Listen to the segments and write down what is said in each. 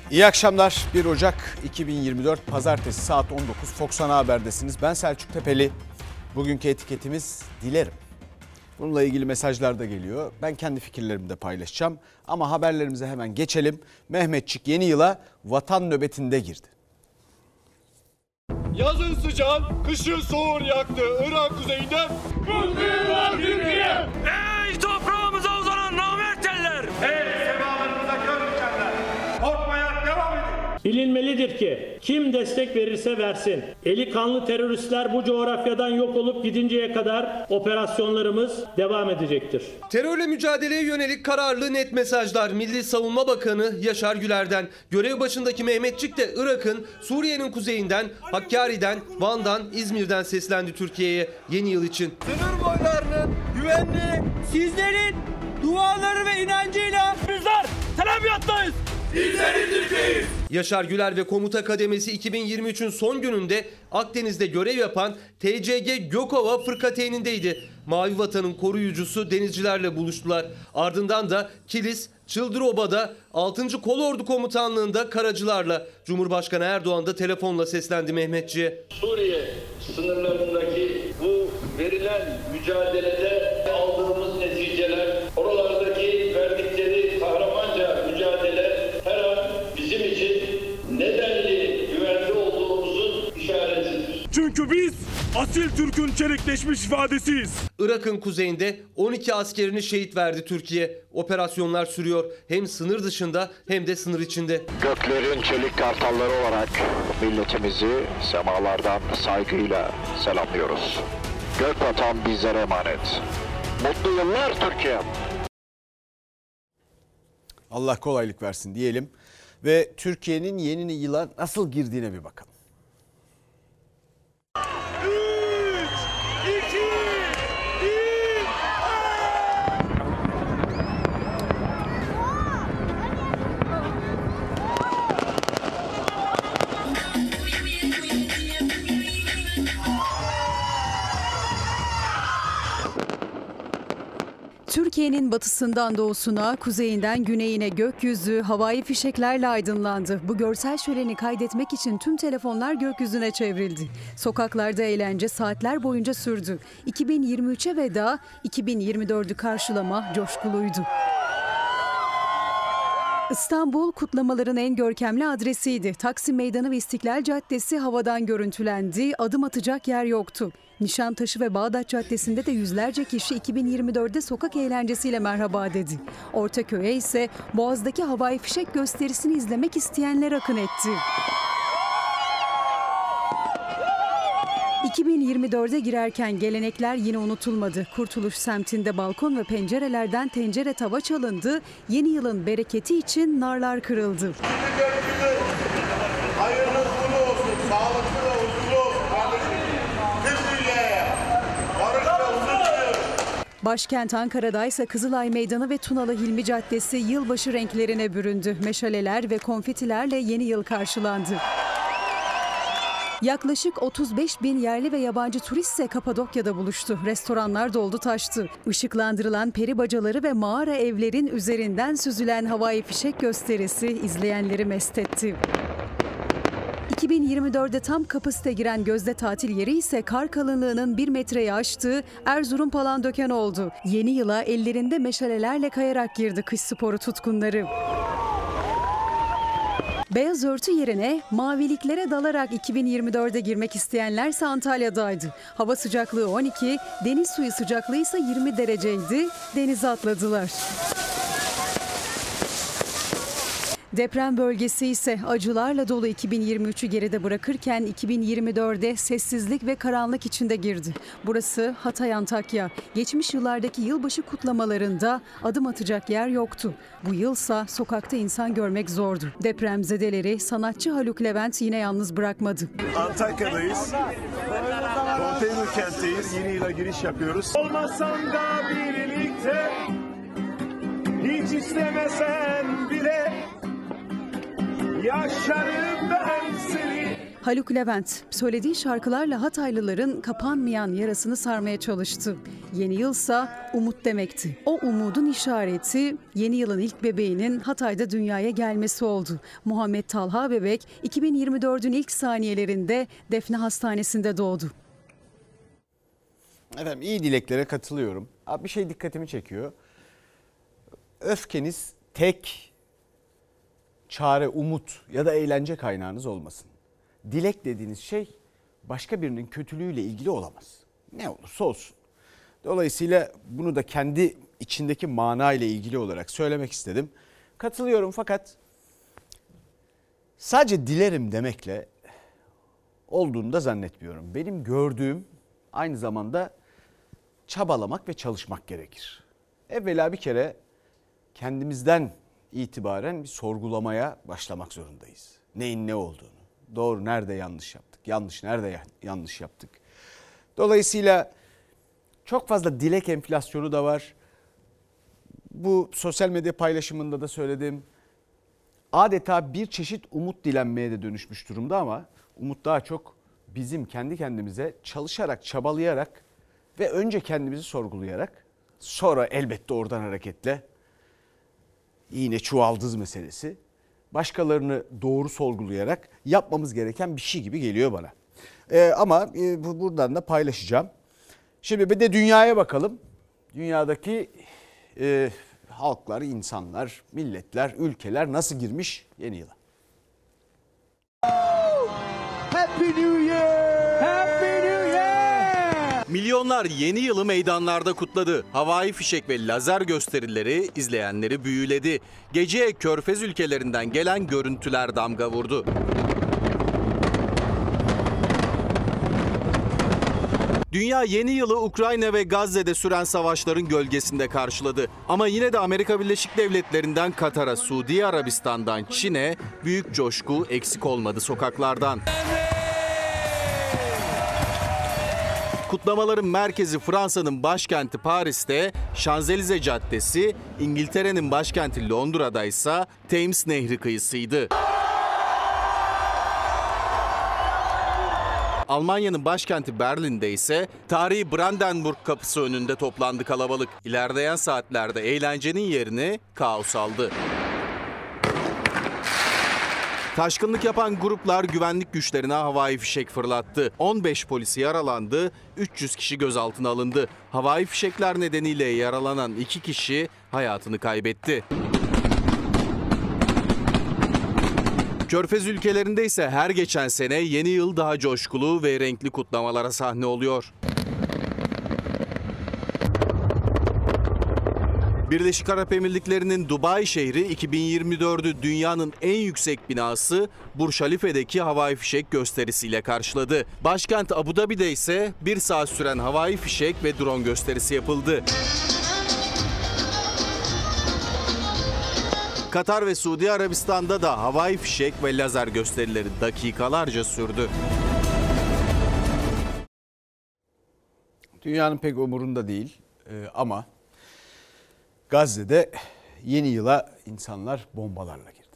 İyi akşamlar. 1 Ocak 2024 Pazartesi saat 19 Fox Ana Haber'desiniz. Ben Selçuk Tepeli. Bugünkü etiketimiz dilerim. Bununla ilgili mesajlar da geliyor. Ben kendi fikirlerimi de paylaşacağım. Ama haberlerimize hemen geçelim. Mehmetçik yeni yıla vatan nöbetinde girdi. Yazın sıcak, kışın soğur yaktı Irak kuzeyinden. Mutlu yıllar Türkiye! Ey toprağımıza uzanan namertler! Ey semalarımıza gör düşenler! Korkmaya devam edin! Bilinmelidir ki kim destek verirse versin, eli kanlı teröristler bu coğrafyadan yok olup gidinceye kadar operasyonlarımız devam edecektir. Terörle mücadeleye yönelik kararlı net mesajlar Milli Savunma Bakanı Yaşar Güler'den. Görev başındaki Mehmetçik de Irak'ın, Suriye'nin kuzeyinden, Hakkari'den, Van'dan, İzmir'den seslendi Türkiye'ye yeni yıl için. Sınır boylarının güvenliği sizlerin duaları ve inancıyla Bizler Telebiyat'tayız. Bizlerin Türkiye'yiz! Yaşar Güler ve komuta kademesi 2023'ün son gününde Akdeniz'de görev yapan TCG Gökova fırkateynindeydi. Mavi Vatan'ın koruyucusu denizcilerle buluştular. Ardından da Kilis, Çıldıroba'da 6. Kolordu Komutanlığı'nda karacılarla. Cumhurbaşkanı Erdoğan da telefonla seslendi Mehmetçiğe. Suriye sınırlarındaki bu verilen mücadelede aldığımız neticeler, oralardaki verdikleri kahramanca mücadele her an bizim için nedenli güvende olduğumuzun işaretidir. Çünkü biz asil Türk'ün çelikleşmiş ifadesiyiz. Irak'ın kuzeyinde 12 askerini şehit verdi Türkiye. Operasyonlar sürüyor hem sınır dışında hem de sınır içinde. Göklerin çelik kartalları olarak milletimizi semalardan saygıyla selamlıyoruz. Gökvatan bizlere emanet. Mutlu yıllar Türkiye. Allah kolaylık versin diyelim ve Türkiye'nin yeni yıla nasıl girdiğine bir bakalım. 3, 2, 1. Türkiye'nin batısından doğusuna, kuzeyinden güneyine gökyüzü havai fişeklerle aydınlandı. Bu görsel şöleni kaydetmek için tüm telefonlar gökyüzüne çevrildi. Sokaklarda eğlence saatler boyunca sürdü. 2023'e veda, 2024'ü karşılama coşkuluydu. İstanbul kutlamaların en görkemli adresiydi. Taksim Meydanı ve İstiklal Caddesi havadan görüntülendi. Adım atacak yer yoktu. Nişantaşı ve Bağdat Caddesi'nde de yüzlerce kişi 2024'de sokak eğlencesiyle merhaba dedi. Ortaköy'e ise Boğaz'daki havai fişek gösterisini izlemek isteyenler akın etti. 2024'e girerken gelenekler yine unutulmadı. Kurtuluş semtinde balkon ve pencerelerden tencere tava çalındı. Yeni yılın bereketi için narlar kırıldı. Hayırlı uğurlu olsun, sağlıklı ve huzurlu olsun kardeşim. Tüm dünyaya barış ve huzur diliyorum. Başkent Ankara'da ise Kızılay Meydanı ve Tunalı Hilmi Caddesi yılbaşı renklerine büründü. Meşaleler ve konfetilerle yeni yıl karşılandı. Yaklaşık 35 bin yerli ve yabancı turist ise Kapadokya'da buluştu. Restoranlar doldu taştı. Işıklandırılan peri bacaları ve mağara evlerin üzerinden süzülen havai fişek gösterisi izleyenleri mest etti. 2024'de tam kapasite giren gözde tatil yeri ise kar kalınlığının 1 metreyi aştığı Erzurum Palandöken oldu. Yeni yıla ellerinde meşalelerle kayarak girdi kış sporu tutkunları. Beyaz örtü yerine maviliklere dalarak 2024'e girmek isteyenlerse Antalya'daydı. Hava sıcaklığı 12, deniz suyu sıcaklığı ise 20 dereceydi. Denize atladılar. Deprem bölgesi ise acılarla dolu 2023'ü geride bırakırken 2024'de sessizlik ve karanlık içinde girdi. Burası Hatay Antakya. Geçmiş yıllardaki yılbaşı kutlamalarında adım atacak yer yoktu. Bu yılsa sokakta insan görmek zordu. Depremzedeleri sanatçı Haluk Levent yine yalnız bırakmadı. Antakya'dayız. Konteyner kentteyiz. Yeni yıla giriş yapıyoruz. Olmasan da birlikte, hiç istemesen bile yaşarım ben seni. Haluk Levent söylediği şarkılarla Hataylıların kapanmayan yarasını sarmaya çalıştı. Yeni yılsa umut demekti. O umudun işareti yeni yılın ilk bebeğinin Hatay'da dünyaya gelmesi oldu. Muhammed Talha bebek 2024'ün ilk saniyelerinde Defne Hastanesi'nde doğdu. Efendim iyi dileklere katılıyorum. Abi bir şey dikkatimi çekiyor. Öfkeniz tek çare, umut ya da eğlence kaynağınız olmasın. Dilek dediğiniz şey başka birinin kötülüğüyle ilgili olamaz. Ne olursa olsun. Dolayısıyla bunu da kendi içindeki mana ile ilgili olarak söylemek istedim. Katılıyorum fakat sadece dilerim demekle olduğunu da zannetmiyorum. Benim gördüğüm aynı zamanda çabalamak ve çalışmak gerekir. Evvela bir kere kendimizden itibaren bir sorgulamaya başlamak zorundayız. Neyin ne olduğunu, doğru nerede yanlış yaptık, yanlış nerede yanlış yaptık. Dolayısıyla çok fazla dilek enflasyonu da var. Bu sosyal medya paylaşımında da söyledim. Adeta bir çeşit umut dilenmeye de dönüşmüş durumda ama umut daha çok bizim kendi kendimize çalışarak, çabalayarak ve önce kendimizi sorgulayarak sonra elbette oradan hareketle yine çuvaldız meselesi başkalarını doğru sorgulayarak yapmamız gereken bir şey gibi geliyor bana. Ama buradan da paylaşacağım. Şimdi bir de dünyaya bakalım. Dünyadaki halklar, insanlar, milletler, ülkeler nasıl girmiş yeni yıla? Happy New Year! Happy New Year! Milyonlar yeni yılı meydanlarda kutladı. Havai fişek ve lazer gösterileri izleyenleri büyüledi. Geceye Körfez ülkelerinden gelen görüntüler damga vurdu. Dünya yeni yılı Ukrayna ve Gazze'de süren savaşların gölgesinde karşıladı. Ama yine de Amerika Birleşik Devletleri'nden Katar'a, Suudi Arabistan'dan Çin'e büyük coşku eksik olmadı sokaklardan. Kutlamaların merkezi Fransa'nın başkenti Paris'te Şanzelize Caddesi, İngiltere'nin başkenti Londra'da ise Thames Nehri kıyısıydı. Almanya'nın başkenti Berlin'de ise tarihi Brandenburg Kapısı önünde toplandı kalabalık. İlerleyen saatlerde eğlencenin yerini kaos aldı. Taşkınlık yapan gruplar güvenlik güçlerine havai fişek fırlattı. 15 polis yaralandı, 300 kişi gözaltına alındı. Havai fişekler nedeniyle yaralanan 2 kişi hayatını kaybetti. Körfez ülkelerinde ise her geçen sene yeni yıl daha coşkulu ve renkli kutlamalara sahne oluyor. Birleşik Arap Emirlikleri'nin Dubai şehri 2024'ü dünyanın en yüksek binası Burj Halife'deki havai fişek gösterisiyle karşıladı. Başkent Abu Dhabi'de ise 1 saat süren havai fişek ve drone gösterisi yapıldı. Katar ve Suudi Arabistan'da da havai fişek ve lazer gösterileri dakikalarca sürdü. Dünyanın pek umurunda değil ama Gazze'de yeni yıla insanlar bombalarla girdi.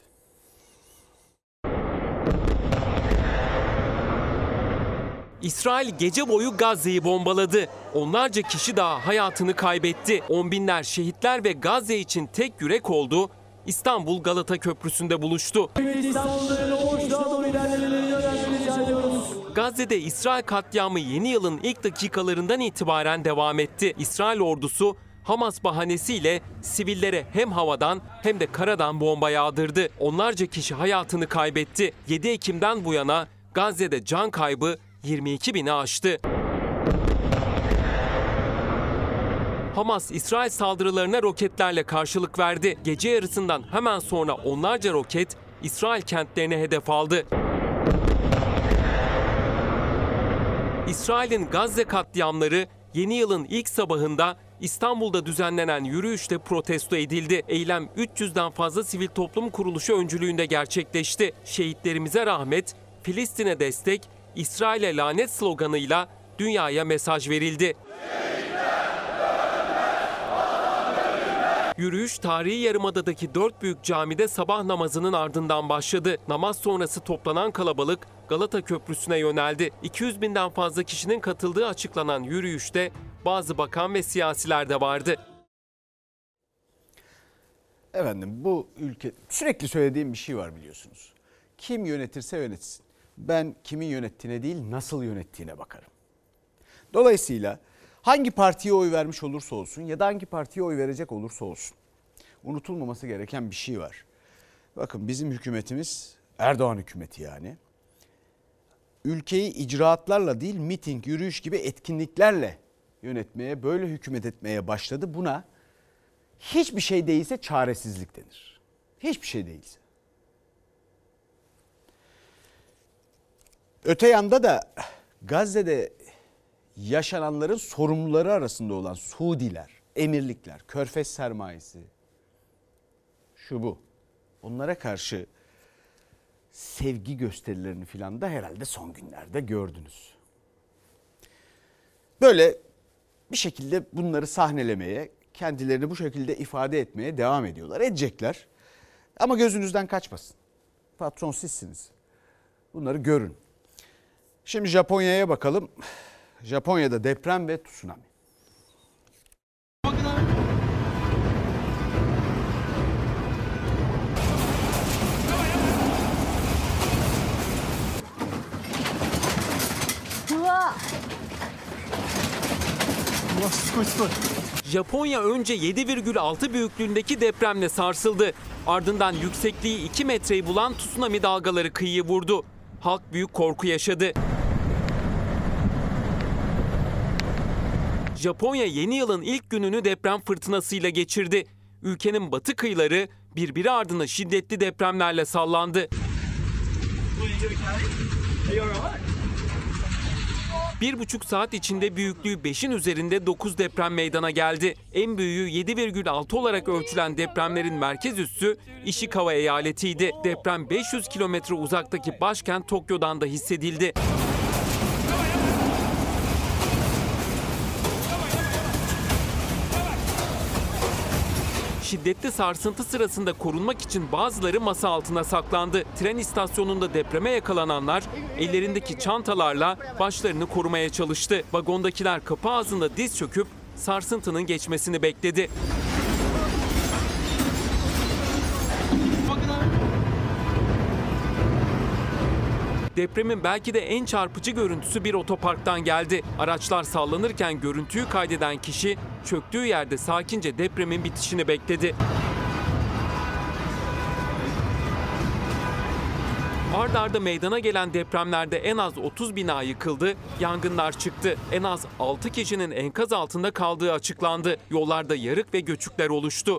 İsrail gece boyu Gazze'yi bombaladı. Onlarca kişi daha hayatını kaybetti. On binler şehitler ve Gazze için tek yürek oldu. İstanbul Galata Köprüsü'nde buluştu. Gazze'de İsrail katliamı yeni yılın ilk dakikalarından itibaren devam etti. İsrail ordusu Hamas bahanesiyle sivillere hem havadan hem de karadan bomba yağdırdı. Onlarca kişi hayatını kaybetti. 7 Ekim'den bu yana Gazze'de can kaybı 22 bini aştı. Hamas, İsrail saldırılarına roketlerle karşılık verdi. Gece yarısından hemen sonra onlarca roket İsrail kentlerine hedef aldı. İsrail'in Gazze katliamları yeni yılın ilk sabahında İstanbul'da düzenlenen yürüyüşte protesto edildi. Eylem 300'den fazla sivil toplum kuruluşu öncülüğünde gerçekleşti. Şehitlerimize rahmet, Filistin'e destek, İsrail'e lanet sloganıyla dünyaya mesaj verildi. Yürüyüş tarihi Yarımada'daki 4 büyük camide sabah namazının ardından başladı. Namaz sonrası toplanan kalabalık Galata Köprüsü'ne yöneldi. 200 binden fazla kişinin katıldığı açıklanan yürüyüşte bazı bakan ve siyasiler de vardı. Efendim, bu ülke, sürekli söylediğim bir şey var biliyorsunuz. Kim yönetirse yönetsin. Ben kimin yönettiğine değil, nasıl yönettiğine bakarım. Dolayısıyla hangi partiye oy vermiş olursa olsun ya da hangi partiye oy verecek olursa olsun, unutulmaması gereken bir şey var. Bakın, bizim hükümetimiz, Erdoğan hükümeti yani, ülkeyi icraatlarla değil, miting, yürüyüş gibi etkinliklerle yönetmeye, böyle hükümet etmeye başladı. Buna hiçbir şey değilse çaresizlik denir. Hiçbir şey değilse. Öte yanda da Gazze'de yaşananların sorumluları arasında olan Suudiler, emirlikler, Körfez sermayesi, şu bu. Onlara karşı sevgi gösterilerini filan da herhalde son günlerde gördünüz. Böyle bir şekilde bunları sahnelemeye, kendilerini bu şekilde ifade etmeye devam ediyorlar. Edecekler. Ama gözünüzden kaçmasın. Patron sizsiniz. Bunları görün. Şimdi Japonya'ya bakalım. Japonya'da deprem ve tsunami. Japonya önce 7,6 büyüklüğündeki depremle sarsıldı. Ardından yüksekliği 2 metreyi bulan tsunami dalgaları kıyıyı vurdu. Halk büyük korku yaşadı. Japonya yeni yılın ilk gününü deprem fırtınasıyla geçirdi. Ülkenin batı kıyıları birbiri ardına şiddetli depremlerle sallandı. 1,5 saat içinde büyüklüğü 5'in üzerinde 9 deprem meydana geldi. En büyüğü 7,6 olarak ölçülen depremlerin merkez üssü Ishikawa eyaletiydi. Deprem 500 kilometre uzaktaki başkent Tokyo'dan da hissedildi. Şiddetli sarsıntı sırasında korunmak için bazıları masa altına saklandı. Tren istasyonunda depreme yakalananlar ellerindeki çantalarla başlarını korumaya çalıştı. Vagondakiler kapı ağzında diz çöküp sarsıntının geçmesini bekledi. Depremin belki de en çarpıcı görüntüsü bir otoparktan geldi. Araçlar sallanırken görüntüyü kaydeden kişi çöktüğü yerde sakince depremin bitişini bekledi. Ard arda meydana gelen depremlerde en az 30 bina yıkıldı, yangınlar çıktı. En az 6 kişinin enkaz altında kaldığı açıklandı. Yollarda yarık ve göçükler oluştu.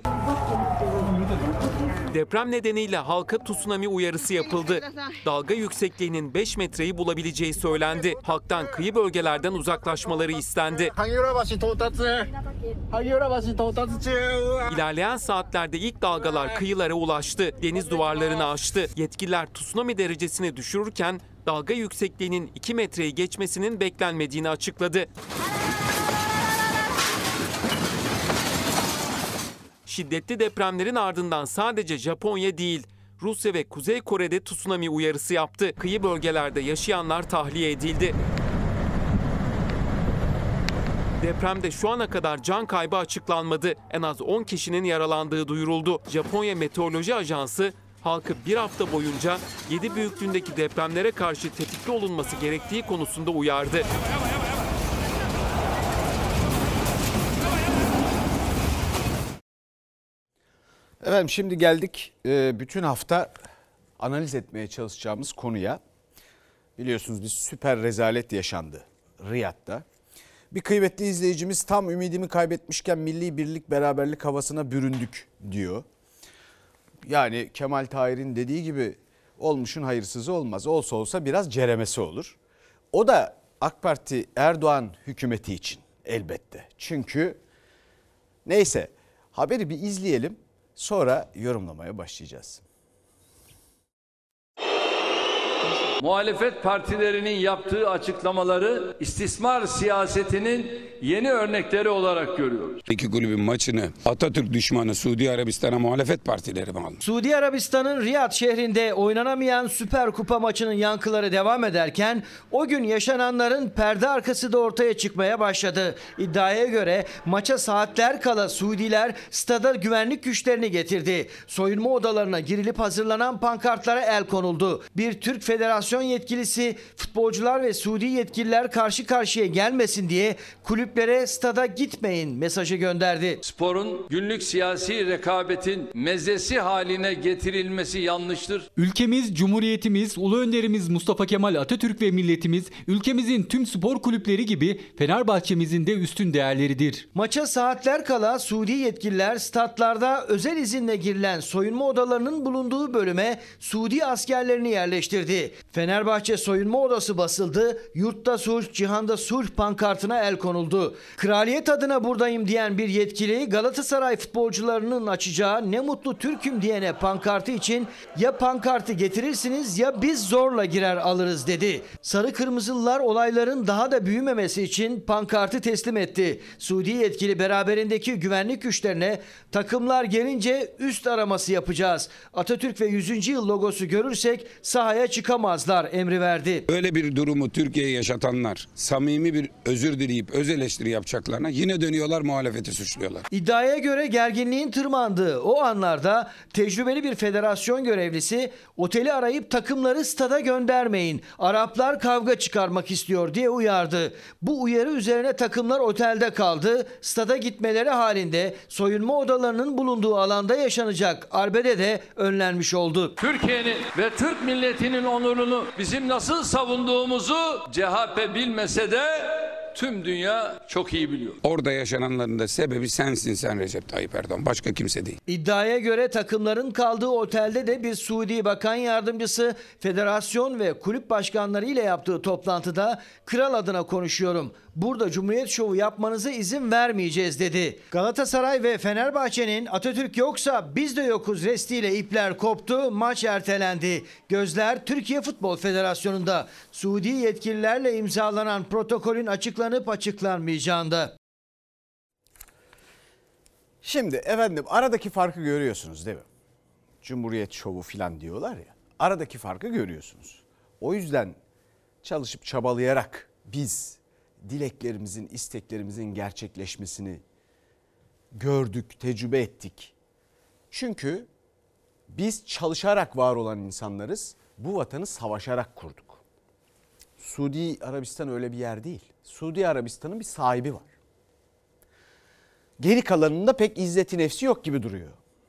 Deprem nedeniyle halka tsunami uyarısı yapıldı. Dalga yüksekliğinin 5 metreyi bulabileceği söylendi. Halktan kıyı bölgelerden uzaklaşmaları istendi. İlerleyen saatlerde ilk dalgalar kıyılara ulaştı. Deniz duvarlarını aştı. Yetkililer tsunami derecesini düşürürken dalga yüksekliğinin 2 metreyi geçmesinin beklenmediğini açıkladı. Şiddetli depremlerin ardından sadece Japonya değil, Rusya ve Kuzey Kore'de tsunami uyarısı yaptı. Kıyı bölgelerde yaşayanlar tahliye edildi. Depremde şu ana kadar can kaybı açıklanmadı. En az 10 kişinin yaralandığı duyuruldu. Japonya Meteoroloji Ajansı halkı bir hafta boyunca 7 büyüklüğündeki depremlere karşı tetikli olunması gerektiği konusunda uyardı. Efendim, şimdi geldik bütün hafta analiz etmeye çalışacağımız konuya. Biliyorsunuz bir süper rezalet yaşandı Riyad'da. Bir kıymetli izleyicimiz tam ümidimi kaybetmişken milli birlik beraberlik havasına büründük diyor. Yani Kemal Tahir'in dediği gibi olmuşun hayırsızı olmaz. Olsa olsa biraz ceremesi olur. O da AK Parti Erdoğan hükümeti için elbette. Çünkü neyse, haberi bir izleyelim. Sonra yorumlamaya başlayacağız. Muhalefet partilerinin yaptığı açıklamaları istismar siyasetinin yeni örnekleri olarak görüyoruz. İki kulübün maçını Atatürk düşmanı Suudi Arabistan'a muhalefet partileri mi almış? Suudi Arabistan'ın Riyad şehrinde oynanamayan Süper Kupa maçının yankıları devam ederken o gün yaşananların perde arkası da ortaya çıkmaya başladı. İddiaya göre maça saatler kala Suudiler stada güvenlik güçlerini getirdi. Soyunma odalarına girilip hazırlanan pankartlara el konuldu. Bir Türk Federasyon yetkilisi futbolcular ve Suudi yetkililer karşı karşıya gelmesin diye kulüplere stada gitmeyin mesajı gönderdi. Sporun günlük siyasi rekabetin mezesi haline getirilmesi yanlıştır. Ülkemiz, Cumhuriyetimiz, Ulu Önderimiz Mustafa Kemal Atatürk ve milletimiz ülkemizin tüm spor kulüpleri gibi Fenerbahçe'mizin de üstün değerleridir. Maça saatler kala Suudi yetkililer statlarda özel izinle girilen soyunma odalarının bulunduğu bölüme Suudi askerlerini yerleştirdi. Fenerbahçe soyunma odası basıldı, yurtta sulh, cihanda sulh pankartına el konuldu. Kraliyet adına buradayım diyen bir yetkili Galatasaray futbolcularının açacağı ne mutlu Türk'üm diyene pankartı için ya pankartı getirirsiniz ya biz zorla girer alırız dedi. Sarı Kırmızılılar olayların daha da büyümemesi için pankartı teslim etti. Suudi yetkili beraberindeki güvenlik güçlerine takımlar gelince üst araması yapacağız. Atatürk ve 100. yıl logosu görürsek sahaya çıkamazlar emri verdi. Öyle bir durumu Türkiye'ye yaşatanlar samimi bir özür dileyip öz eleştiri yapacaklarına yine dönüyorlar muhalefeti suçluyorlar. İddiaya göre gerginliğin tırmandığı o anlarda tecrübeli bir federasyon görevlisi oteli arayıp takımları stada göndermeyin. Araplar kavga çıkarmak istiyor diye uyardı. Bu uyarı üzerine takımlar otelde kaldı. Stada gitmeleri halinde soyunma odalarının bulunduğu alanda yaşanacak arbede de önlenmiş oldu. Türkiye'nin ve Türk milletinin onurunu bizim nasıl savunduğumuzu CHP bilmese de tüm dünya çok iyi biliyor. Orada yaşananların da sebebi sensin sen Recep Tayyip Erdoğan. Başka kimse değil. İddiaya göre takımların kaldığı otelde de bir Suudi Bakan Yardımcısı federasyon ve kulüp başkanları ile yaptığı toplantıda kral adına konuşuyorum. Burada Cumhuriyet şovu yapmanıza izin vermeyeceğiz dedi. Galatasaray ve Fenerbahçe'nin Atatürk yoksa biz de yokuz restiyle ipler koptu, maç ertelendi. Gözler Türkiye Futbol Federasyonu'nda. Suudi yetkililerle imzalanan protokolün açıklanıp açıklanmayacağında. Şimdi efendim aradaki farkı görüyorsunuz değil mi? Cumhuriyet şovu filan diyorlar ya. Aradaki farkı görüyorsunuz. O yüzden çalışıp çabalayarak biz dileklerimizin, isteklerimizin gerçekleşmesini gördük, tecrübe ettik. Çünkü biz çalışarak var olan insanlarız. Bu vatanı savaşarak kurduk. Suudi Arabistan öyle bir yer değil. Suudi Arabistan'ın bir sahibi var. Geri kalanında pek izzeti nefsi yok gibi duruyor.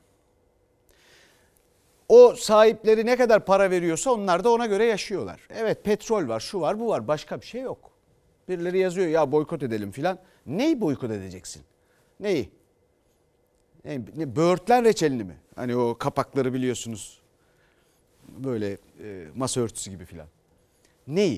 O sahipleri ne kadar para veriyorsa onlar da ona göre yaşıyorlar. Evet petrol var, şu var, bu var, başka bir şey yok. Birileri yazıyor ya boykot edelim filan. Neyi boykot edeceksin? Neyi? Böğürtlen reçelini mi? Hani o kapakları biliyorsunuz. Böyle masa örtüsü gibi filan. Neyi?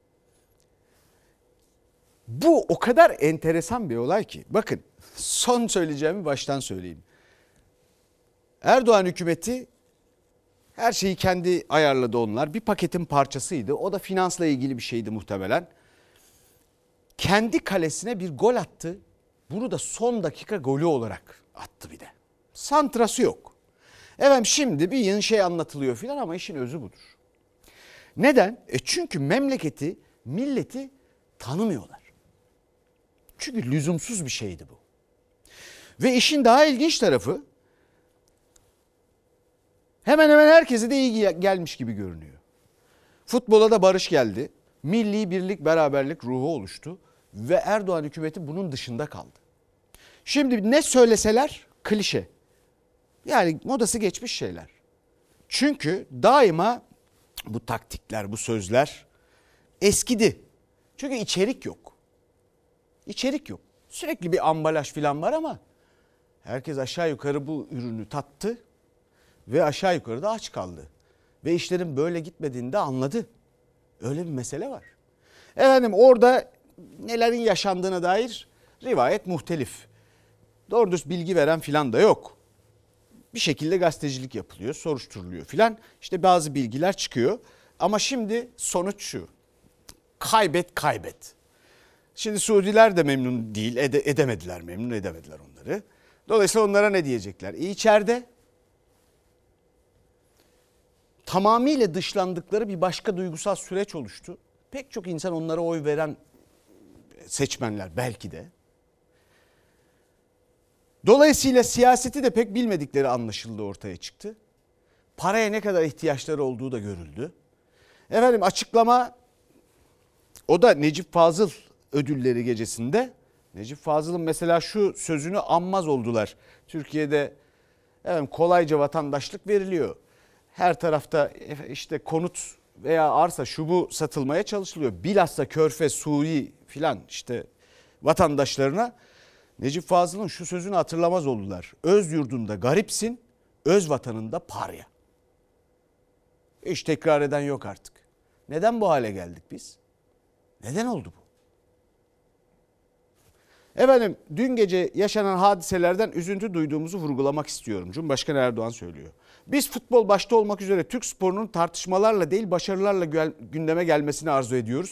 Bu o kadar enteresan bir olay ki. Bakın son söyleyeceğimi baştan söyleyeyim. Erdoğan hükümeti her şeyi kendi ayarladı onlar. Bir paketin parçasıydı. O da finansla ilgili bir şeydi muhtemelen. Kendi kalesine bir gol attı. Bunu da son dakika golü olarak attı bir de. Santrası yok. Efendim şimdi bir yeni şey anlatılıyor filan ama işin özü budur. Neden? Çünkü memleketi, milleti tanımıyorlar. Çünkü lüzumsuz bir şeydi bu. Ve işin daha ilginç tarafı hemen hemen herkese de iyi gelmiş gibi görünüyor. Futbola da barış geldi. Milli birlik, beraberlik ruhu oluştu. Ve Erdoğan hükümeti bunun dışında kaldı. Şimdi ne söyleseler klişe. Yani modası geçmiş şeyler. Çünkü daima bu taktikler, bu sözler eskidi. Çünkü içerik yok. İçerik yok. Sürekli bir ambalaj falan var ama herkes aşağı yukarı bu ürünü tattı ve aşağı yukarı da aç kaldı. Ve işlerin böyle gitmediğini de anladı. Öyle bir mesele var. Efendim orada nelerin yaşandığına dair rivayet muhtelif. Doğru düz bilgi veren filan da yok. Bir şekilde gazetecilik yapılıyor, soruşturuluyor filan. İşte bazı bilgiler çıkıyor. Ama şimdi sonuç şu. Kaybet. Şimdi Suudiler de memnun değil, memnun edemediler onları. Dolayısıyla onlara ne diyecekler? İçeride tamamıyla dışlandıkları bir başka duygusal süreç oluştu. Pek çok insan onlara oy veren seçmenler belki de. Dolayısıyla siyaseti de pek bilmedikleri anlaşıldı, ortaya çıktı. Paraya ne kadar ihtiyaçları olduğu da görüldü. Efendim açıklama, o da Necip Fazıl ödülleri gecesinde. Necip Fazıl'ın mesela şu sözünü anmaz oldular. Türkiye'de kolayca vatandaşlık veriliyor. Her tarafta işte konut veya arsa şu bu satılmaya çalışılıyor. Bilhassa Körfez, Suriye filan işte vatandaşlarına Necip Fazıl'ın şu sözünü hatırlamaz oldular. Öz yurdunda garipsin, öz vatanında parya. Hiç tekrar eden yok artık. Neden bu hale geldik biz? Neden oldu bu? Efendim dün gece yaşanan hadiselerden üzüntü duyduğumuzu vurgulamak istiyorum. Cumhurbaşkanı Erdoğan söylüyor. Biz futbol başta olmak üzere Türk sporunun tartışmalarla değil başarılarla gündeme gelmesini arzu ediyoruz.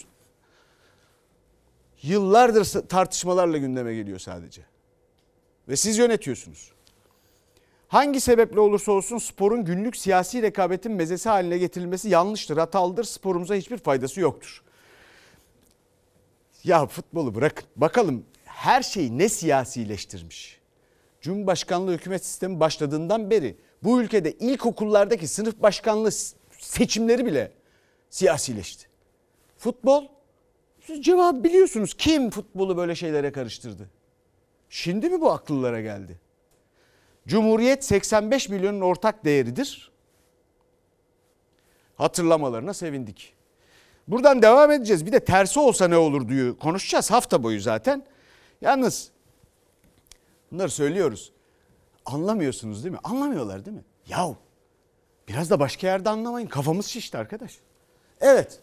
Yıllardır tartışmalarla gündeme geliyor sadece. Ve siz yönetiyorsunuz. Hangi sebeple olursa olsun sporun günlük siyasi rekabetin mezesi haline getirilmesi yanlıştır, hatalıdır, sporumuza hiçbir faydası yoktur. Ya futbolu bırakın. Bakalım her şeyi ne siyasileştirmiş? Cumhurbaşkanlığı hükümet sistemi başladığından beri bu ülkede ilkokullardaki sınıf başkanlığı seçimleri bile siyasileşti. Futbol, siz cevabı biliyorsunuz. Kim futbolu böyle şeylere karıştırdı? Şimdi mi bu akıllara geldi? Cumhuriyet 85 milyonun ortak değeridir. Hatırlamalarına sevindik. Buradan devam edeceğiz. Bir de tersi olsa ne olur diyor. Konuşacağız hafta boyu zaten. Yalnız bunları söylüyoruz. Anlamıyorsunuz değil mi? Anlamıyorlar değil mi? Yahu biraz da başka yerde anlamayın. Kafamız şişti arkadaş. Evet.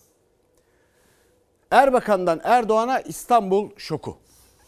Erbakan'dan Erdoğan'a İstanbul şoku.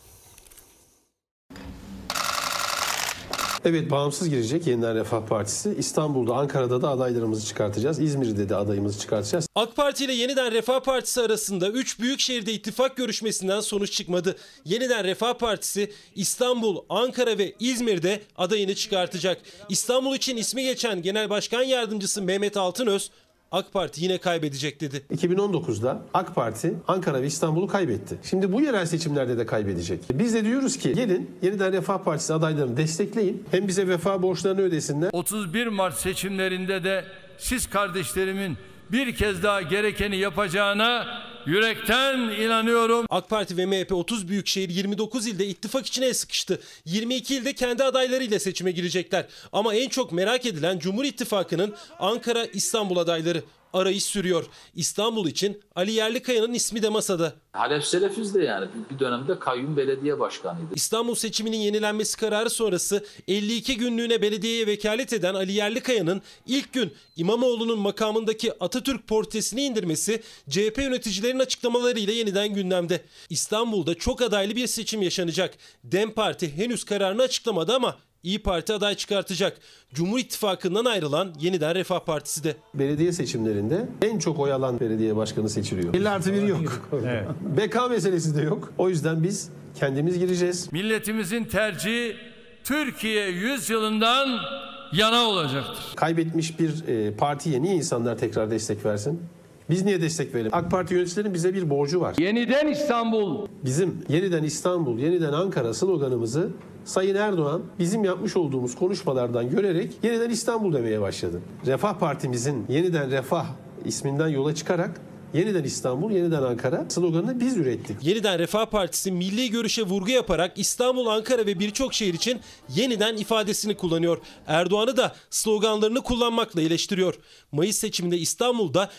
Evet, bağımsız girecek Yeniden Refah Partisi. İstanbul'da, Ankara'da da adaylarımızı çıkartacağız. İzmir'de de adayımızı çıkartacağız. AK Parti ile Yeniden Refah Partisi arasında 3 büyük şehirde ittifak görüşmesinden sonuç çıkmadı. Yeniden Refah Partisi İstanbul, Ankara ve İzmir'de adayını çıkartacak. İstanbul için ismi geçen Genel Başkan Yardımcısı Mehmet Altınöz, AK Parti yine kaybedecek dedi. 2019'da AK Parti Ankara ve İstanbul'u kaybetti. Şimdi bu yerel seçimlerde de kaybedecek. Biz de diyoruz ki gelin Yeniden Refah Partisi adaylarını destekleyin. Hem bize vefa borçlarını ödesinler. 31 Mart seçimlerinde de siz kardeşlerimin bir kez daha gerekeni yapacağına yürekten inanıyorum. AK Parti ve MHP 30 büyükşehir 29 ilde ittifak içine el sıkıştı. 22 ilde kendi adaylarıyla seçime girecekler. Ama en çok merak edilen Cumhur İttifakı'nın Ankara, İstanbul adayları. Arayış sürüyor. İstanbul için Ali Yerlikaya'nın ismi de masada. Halef Selefiz de yani bir dönemde kayyum belediye başkanıydı. İstanbul seçiminin yenilenmesi kararı sonrası 52 günlüğüne belediyeye vekalet eden Ali Yerlikaya'nın ilk gün İmamoğlu'nun makamındaki Atatürk portresini indirmesi CHP yöneticilerin açıklamalarıyla yeniden gündemde. İstanbul'da çok adaylı bir seçim yaşanacak. DEM Parti henüz kararını açıklamadı ama İYİ Parti aday çıkartacak. Cumhur İttifakı'ndan ayrılan Yeniden Refah Partisi de. Belediye seçimlerinde en çok oy alan belediye başkanı seçiliyor. 50+1 yok. Evet. BK meselesi de yok. O yüzden biz kendimiz gireceğiz. Milletimizin tercihi Türkiye 100 yılından yana olacaktır. Kaybetmiş bir partiye niye insanlar tekrar destek versin? Biz niye destek verelim? AK Parti yöneticilerinin bize bir borcu var. Yeniden İstanbul. Bizim yeniden İstanbul, yeniden Ankara sloganımızı Sayın Erdoğan bizim yapmış olduğumuz konuşmalardan görerek yeniden İstanbul demeye başladı. Refah Partimizin yeniden Refah isminden yola çıkarak yeniden İstanbul, yeniden Ankara sloganını biz ürettik. Yeniden Refah Partisi milli görüşe vurgu yaparak İstanbul, Ankara ve birçok şehir için yeniden ifadesini kullanıyor. Erdoğan'ı da sloganlarını kullanmakla eleştiriyor. Mayıs seçiminde İstanbul'da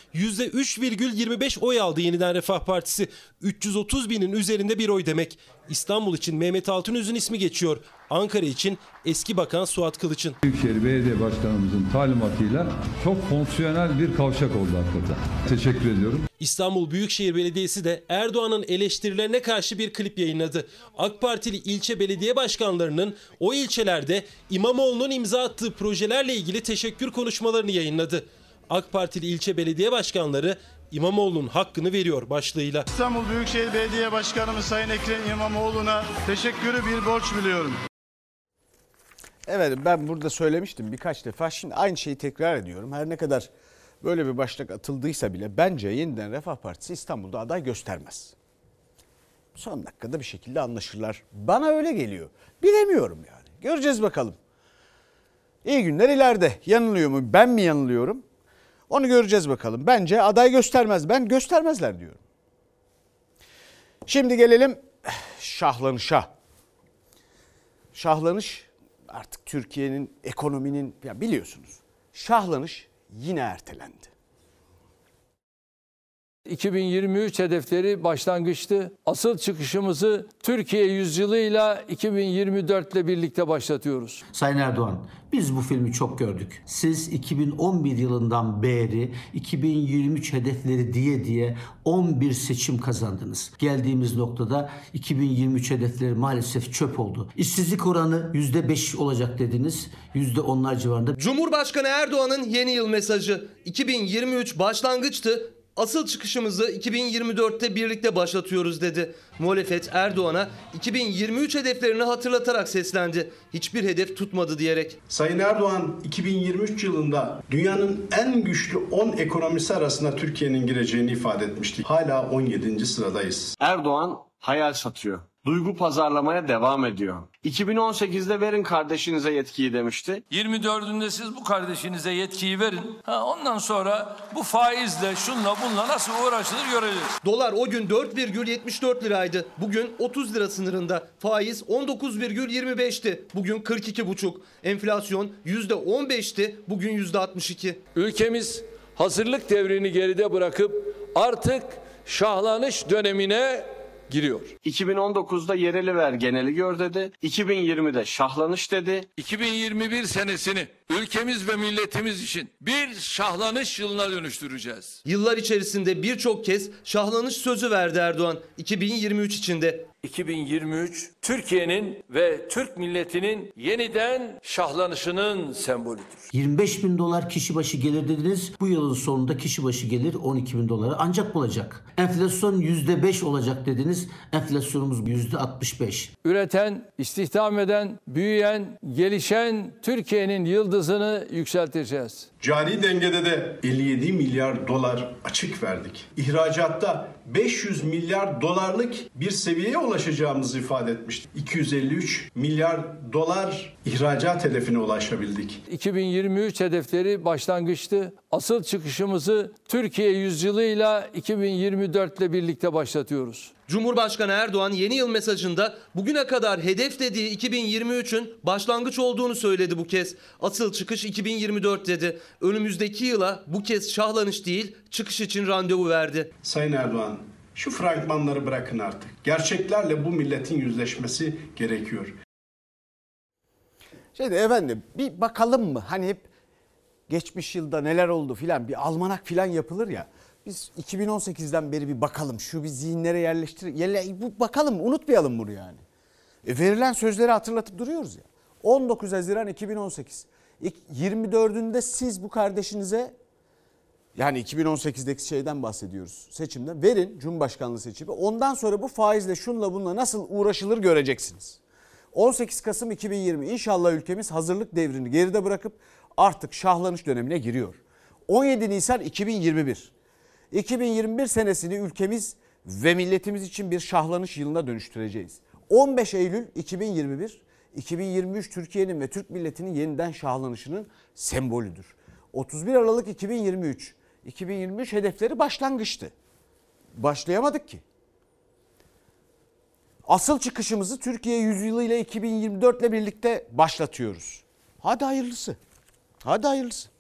%3,25 oy aldı Yeniden Refah Partisi. 330 binin üzerinde bir oy demek. İstanbul için Mehmet Altınöz'ün ismi geçiyor. Ankara için eski bakan Suat Kılıç'ın. Büyükşehir Belediye Başkanımızın talimatıyla çok fonksiyonel bir kavşak oldu hakikaten. Teşekkür ediyorum. İstanbul Büyükşehir Belediyesi de Erdoğan'ın eleştirilerine karşı bir klip yayınladı. AK Partili ilçe belediye başkanlarının o ilçelerde İmamoğlu'nun imza attığı projelerle ilgili teşekkür konuşmalarını yayınladı. AK Partili ilçe belediye başkanları İmamoğlu'nun hakkını veriyor başlığıyla. İstanbul Büyükşehir Belediye Başkanımız Sayın Ekrem İmamoğlu'na teşekkürü bir borç biliyorum. Evet, ben burada söylemiştim birkaç defa. Şimdi aynı şeyi tekrar ediyorum. Her ne kadar böyle bir başlık atıldıysa bile bence Yeniden Refah Partisi İstanbul'da aday göstermez. Son dakikada bir şekilde anlaşırlar. Bana öyle geliyor. Bilemiyorum yani. Göreceğiz bakalım. İyi günler ileride. Yanılıyor mu? Ben mi yanılıyorum? Onu göreceğiz bakalım. Bence aday göstermez. Ben göstermezler diyorum. Şimdi gelelim şahlanışa. Şahlanış artık Türkiye'nin, ekonominin, ya biliyorsunuz, şahlanış yine ertelendi. 2023 hedefleri başlangıçtı. Asıl çıkışımızı Türkiye yüzyılıyla 2024 ile birlikte başlatıyoruz. Sayın Erdoğan, biz bu filmi çok gördük. Siz 2011 yılından beri 2023 hedefleri diye 11 seçim kazandınız. Geldiğimiz noktada 2023 hedefleri maalesef çöp oldu. İşsizlik oranı %5 olacak dediniz. %10'lar civarında. Cumhurbaşkanı Erdoğan'ın yeni yıl mesajı. 2023 başlangıçtı. Asıl çıkışımızı 2024'te birlikte başlatıyoruz dedi. Muhalefet Erdoğan'a 2023 hedeflerini hatırlatarak seslendi. Hiçbir hedef tutmadı diyerek. Sayın Erdoğan 2023 yılında dünyanın en güçlü 10 ekonomisi arasında Türkiye'nin gireceğini ifade etmişti. Hala 17. sıradayız. Erdoğan hayal satıyor. Duygu pazarlamaya devam ediyor. 2018'de verin kardeşinize yetkiyi demişti. 24'ünde siz bu kardeşinize yetkiyi verin. Ondan sonra bu faizle şunla bunla nasıl uğraşılır göreceğiz. Dolar o gün 4,74 liraydı. Bugün 30 lira sınırında. Faiz 19,25'ti. Bugün 42,5. Enflasyon %15'ti. Bugün %62. Ülkemiz hazırlık devrini geride bırakıp artık şahlanış dönemine giriyor. 2019'da yereli ver geneli gör dedi. 2020'de şahlanış dedi. 2021 senesini ülkemiz ve milletimiz için bir şahlanış yılına dönüştüreceğiz. Yıllar içerisinde birçok kez şahlanış sözü verdi Erdoğan 2023 içinde. 2023 Türkiye'nin ve Türk milletinin yeniden şahlanışının sembolüdür. 25 bin dolar kişi başı gelir dediniz. Bu yılın sonunda kişi başı gelir 12 bin dolara ancak bulacak. Enflasyon %5 olacak dediniz. Enflasyonumuz %65. Üreten, istihdam eden, büyüyen, gelişen Türkiye'nin yıldızını yükselteceğiz. Cari dengede de 57 milyar dolar açık verdik. İhracatta 500 milyar dolarlık bir seviyeye ulaşacağımızı ifade etmiştik. 253 milyar dolar ihracat hedefine ulaşabildik. 2023 hedefleri başlangıçtı. Asıl çıkışımızı Türkiye yüzyılıyla 2024 ile birlikte başlatıyoruz. Cumhurbaşkanı Erdoğan yeni yıl mesajında bugüne kadar hedef dediği 2023'ün başlangıç olduğunu söyledi bu kez. Asıl çıkış 2024 dedi. Önümüzdeki yıla bu kez şahlanış değil, çıkış için randevu verdi. Sayın Erdoğan, şu fragmanları bırakın artık. Gerçeklerle bu milletin yüzleşmesi gerekiyor. Efendim bir bakalım mı? Hani hep geçmiş yılda neler oldu filan, bir almanak filan yapılır ya. Biz 2018'den beri bir bakalım, şu bir zihinlere bakalım, unutmayalım bunu yani. Verilen sözleri hatırlatıp duruyoruz ya. 19 Haziran 2018. 24'ünde siz bu kardeşinize, yani 2018'deki şeyden bahsediyoruz, seçimden, verin Cumhurbaşkanlığı seçimi. Ondan sonra bu faizle şunla bununla nasıl uğraşılır göreceksiniz. 18 Kasım 2020 inşallah ülkemiz hazırlık devrini geride bırakıp artık şahlanış dönemine giriyor. 17 Nisan 2021. 2021 senesini ülkemiz ve milletimiz için bir şahlanış yılına dönüştüreceğiz. 15 Eylül 2021, 2023 Türkiye'nin ve Türk milletinin yeniden şahlanışının sembolüdür. 31 Aralık 2023, 2023 hedefleri başlangıçtı. Başlayamadık ki. Asıl çıkışımızı Türkiye yüzyılı ile 2024 ile birlikte başlatıyoruz. Hadi hayırlısı. Hadi hayırlısı.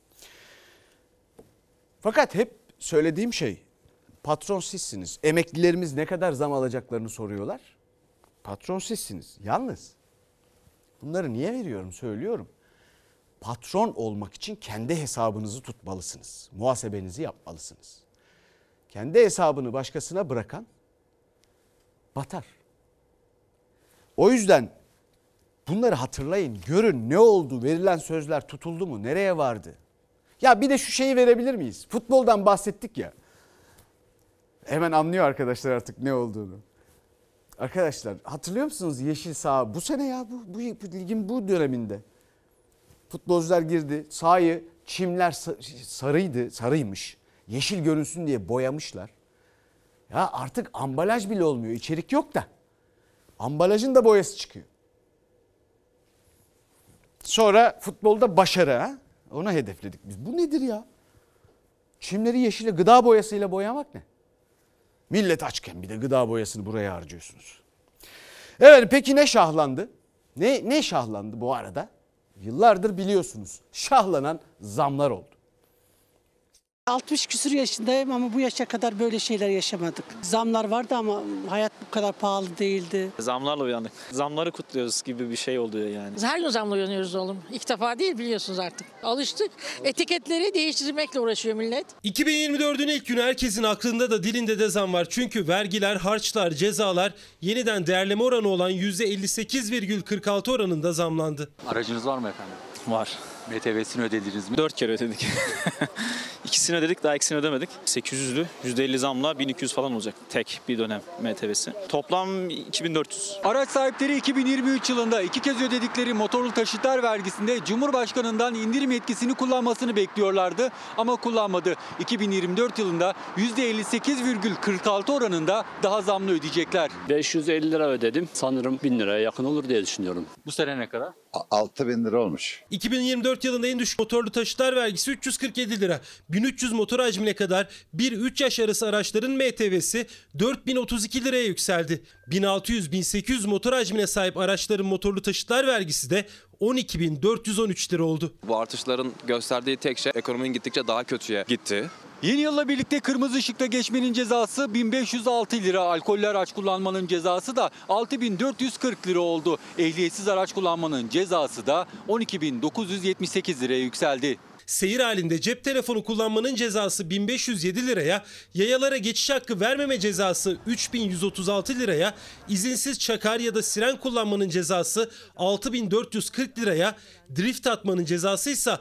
Fakat hep söylediğim şey, patron sizsiniz. Emeklilerimiz ne kadar zam alacaklarını soruyorlar. Patron sizsiniz. Yalnız bunları niye veriyorum söylüyorum. Patron olmak için kendi hesabınızı tutmalısınız. Muhasebenizi yapmalısınız. Kendi hesabını başkasına bırakan batar. O yüzden bunları hatırlayın, görün ne oldu, verilen sözler tutuldu mu, nereye vardı? Ya bir de şu şeyi verebilir miyiz? Futboldan bahsettik ya. Hemen anlıyor arkadaşlar artık ne olduğunu. Arkadaşlar hatırlıyor musunuz yeşil saha bu sene ya bu ligin bu döneminde. Futbolcular girdi sahayı çimler sarıymış. Yeşil görünsün diye boyamışlar. Ya artık ambalaj bile olmuyor. İçerik yok da. Ambalajın da boyası çıkıyor. Sonra futbolda başarı ha. Onu hedefledik biz. Bu nedir ya? Çimleri yeşile gıda boyasıyla boyamak ne? Millet açken bir de gıda boyasını buraya harcıyorsunuz. Evet peki ne şahlandı? Ne şahlandı bu arada? Yıllardır biliyorsunuz şahlanan zamlar oldu. 60 küsur yaşındayım ama bu yaşa kadar böyle şeyler yaşamadık. Zamlar vardı ama hayat bu kadar pahalı değildi. Zamlarla uyandık. Zamları kutluyoruz gibi bir şey oluyor yani. Her gün zamla uyanıyoruz oğlum. İlk defa değil biliyorsunuz artık. Alıştık. Etiketleri değiştirmekle uğraşıyor millet. 2024'ün ilk günü herkesin aklında da dilinde de zam var. Çünkü vergiler, harçlar, cezalar yeniden değerleme oranı olan %58,46 oranında zamlandı. Aracınız var mı efendim? Var. MTV'sini ödediniz mi? 4 kere ödedik. İkisini ödedik, daha ikisini ödemedik. 800'lü %50 zamla 1200 falan olacak tek bir dönem MTV'si. Toplam 2400. Araç sahipleri 2023 yılında 2 kez ödedikleri motorlu taşıtlar vergisinde Cumhurbaşkanı'ndan indirim yetkisini kullanmasını bekliyorlardı ama kullanmadı. 2024 yılında %58,46 oranında daha zamlı ödeyecekler. 550 lira ödedim. Sanırım 1000 liraya yakın olur diye düşünüyorum. Bu sene ne kadar? 6000 lira olmuş. 2024 yılında en düşük motorlu taşıtlar vergisi 347 lira. 1300 motor hacmine kadar 1-3 yaş arası araçların MTV'si 4032 liraya yükseldi. 1600-1800 motor hacmine sahip araçların motorlu taşıtlar vergisi de 12.413 lira oldu. Bu artışların gösterdiği tek şey ekonominin gittikçe daha kötüye gitti. Yeni yılla birlikte kırmızı ışıkta geçmenin cezası 1506 lira. Alkollü araç kullanmanın cezası da 6440 lira oldu. Ehliyetsiz araç kullanmanın cezası da 12.978 liraya yükseldi. Seyir halinde cep telefonu kullanmanın cezası 1507 liraya, yayalara geçiş hakkı vermeme cezası 3136 liraya, izinsiz çakar ya da siren kullanmanın cezası 6440 liraya, drift atmanın cezası ise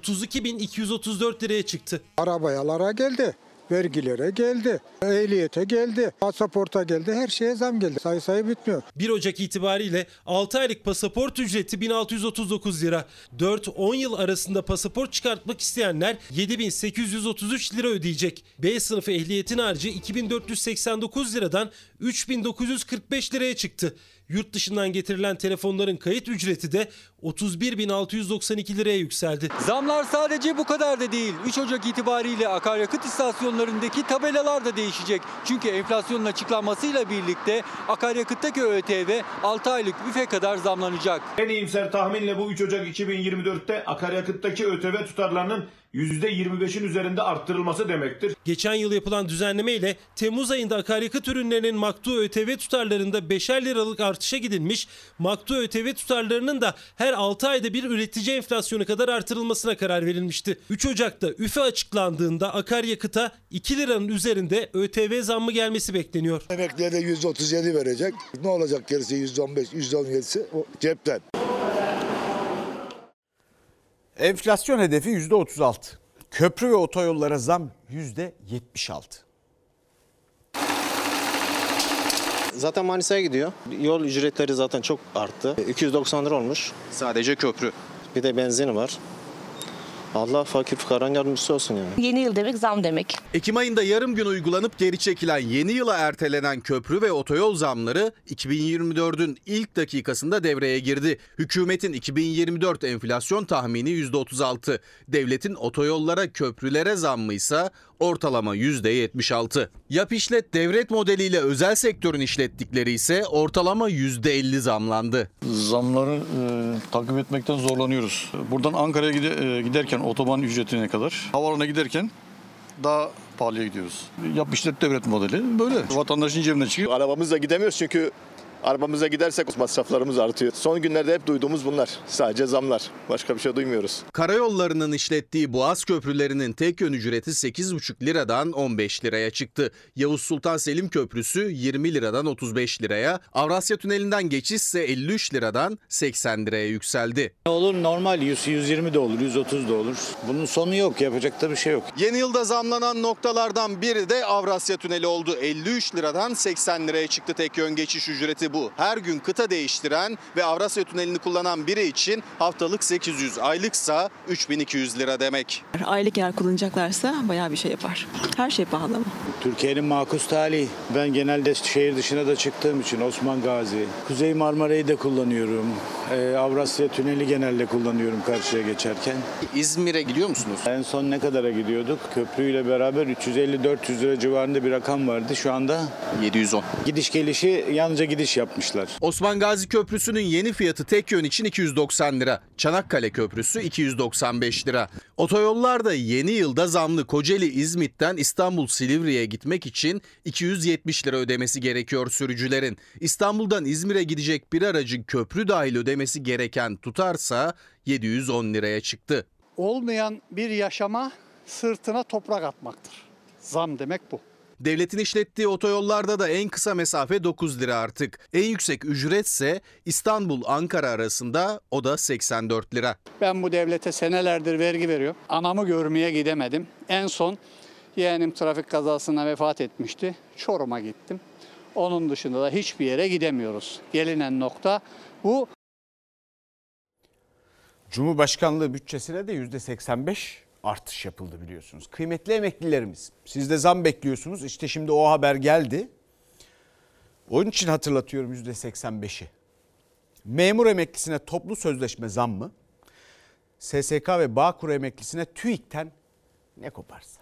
32.234 liraya çıktı. Arabayalara geldi, vergilere geldi, ehliyete geldi, pasaporta geldi, her şeye zam geldi. Sayı bitmiyor. 1 Ocak itibariyle 6 aylık pasaport ücreti 1639 lira. 4-10 yıl arasında pasaport çıkartmak isteyenler 7833 lira ödeyecek. B sınıfı ehliyetin harcı 2489 liradan 3945 liraya çıktı. Yurt dışından getirilen telefonların kayıt ücreti de 31.692 liraya yükseldi. Zamlar sadece bu kadar da değil. 3 Ocak itibariyle akaryakıt istasyonlarındaki tabelalar da değişecek. Çünkü enflasyonun açıklanmasıyla birlikte akaryakıttaki ÖTV 6 aylık üfe kadar zamlanacak. En iyimser tahminle bu 3 Ocak 2024'te akaryakıttaki ÖTV tutarlarının %25'in üzerinde arttırılması demektir. Geçen yıl yapılan düzenleme ile Temmuz ayında akaryakıt ürünlerinin maktu ÖTV tutarlarında 5'er liralık artışa gidilmiş, maktu ÖTV tutarlarının da her 6 ayda bir üretici enflasyonu kadar artırılmasına karar verilmişti. 3 Ocak'ta üfe açıklandığında akaryakıta 2 liranın üzerinde ÖTV zammı gelmesi bekleniyor. Emekliye de %37 verecek. Ne olacak gerisi %15, %17'si o cepten. Enflasyon hedefi %36. Köprü ve otoyollara zam %76. Zaten Manisa'ya gidiyor. Yol ücretleri zaten çok arttı. 290 lira olmuş. Sadece köprü. Bir de benzini var. Allah fakir fukaranın yardımcısı olsun yani. Yeni yıl demek zam demek. Ekim ayında yarım gün uygulanıp geri çekilen yeni yıla ertelenen köprü ve otoyol zamları 2024'ün ilk dakikasında devreye girdi. Hükümetin 2024 enflasyon tahmini %36. Devletin otoyollara, köprülere zammı ise ortalama %76. Yap işlet devret modeliyle özel sektörün işlettikleri ise ortalama %50 zamlandı. Zamları takip etmekten zorlanıyoruz. Buradan Ankara'ya giderken otoban ücretine kadar, havaalanına giderken daha pahalıya gidiyoruz. Yap işlet devlet modeli böyle. Vatandaşın cebine çıkıyor. Arabamızla gidemiyoruz çünkü Arabamıza gidersek masraflarımız artıyor. Son günlerde hep duyduğumuz bunlar. Sadece zamlar. Başka bir şey duymuyoruz. Karayollarının işlettiği Boğaz köprülerinin tek yön ücreti 8,5 liradan 15 liraya çıktı. Yavuz Sultan Selim Köprüsü 20 liradan 35 liraya, Avrasya Tüneli'nden geçiş ise 53 liradan 80 liraya yükseldi. Olur, normal 120 de olur, 130 da olur. Bunun sonu yok, yapacak da bir şey yok. Yeni yılda zamlanan noktalardan biri de Avrasya Tüneli oldu. 53 liradan 80 liraya çıktı tek yön geçiş ücreti bu. Her gün kıta değiştiren ve Avrasya Tüneli'ni kullanan biri için haftalık 800, aylıksa 3200 lira demek. Aylık eğer kullanacaklarsa bayağı bir şey yapar. Her şey pahalı ama. Türkiye'nin makus talihi. Ben genelde şehir dışına da çıktığım için Osman Gazi, Kuzey Marmara'yı da kullanıyorum. Avrasya Tüneli genelde kullanıyorum karşıya geçerken. İzmir'e gidiyor musunuz? En son ne kadara gidiyorduk? Köprüyle beraber 350-400 lira civarında bir rakam vardı. Şu anda 710. Gidiş gelişi yalnızca gidiş yapmışlar. Osman Gazi Köprüsü'nün yeni fiyatı tek yön için 290 lira. Çanakkale Köprüsü 295 lira. Otoyollarda yeni yılda zamlı. Kocaeli İzmit'ten İstanbul Silivri'ye gitmek için 270 lira ödemesi gerekiyor sürücülerin. İstanbul'dan İzmir'e gidecek bir aracın köprü dahil ödemesi gereken tutarsa 710 liraya çıktı. Olmayan bir yaşama sırtına toprak atmaktır. Zam demek bu. Devletin işlettiği otoyollarda da en kısa mesafe 9 lira artık. En yüksek ücretse İstanbul-Ankara arasında, o da 84 lira. Ben bu devlete senelerdir vergi veriyorum. Anamı görmeye gidemedim. En son yeğenim trafik kazasına vefat etmişti. Çorum'a gittim. Onun dışında da hiçbir yere gidemiyoruz. Gelinen nokta bu. Cumhurbaşkanlığı bütçesine de %85 artış yapıldı biliyorsunuz. Kıymetli emeklilerimiz, siz de zam bekliyorsunuz. İşte şimdi o haber geldi. Onun için hatırlatıyorum %85'i. Memur emeklisine toplu sözleşme zammı, SSK ve Bağkur emeklisine TÜİK'ten ne koparsa.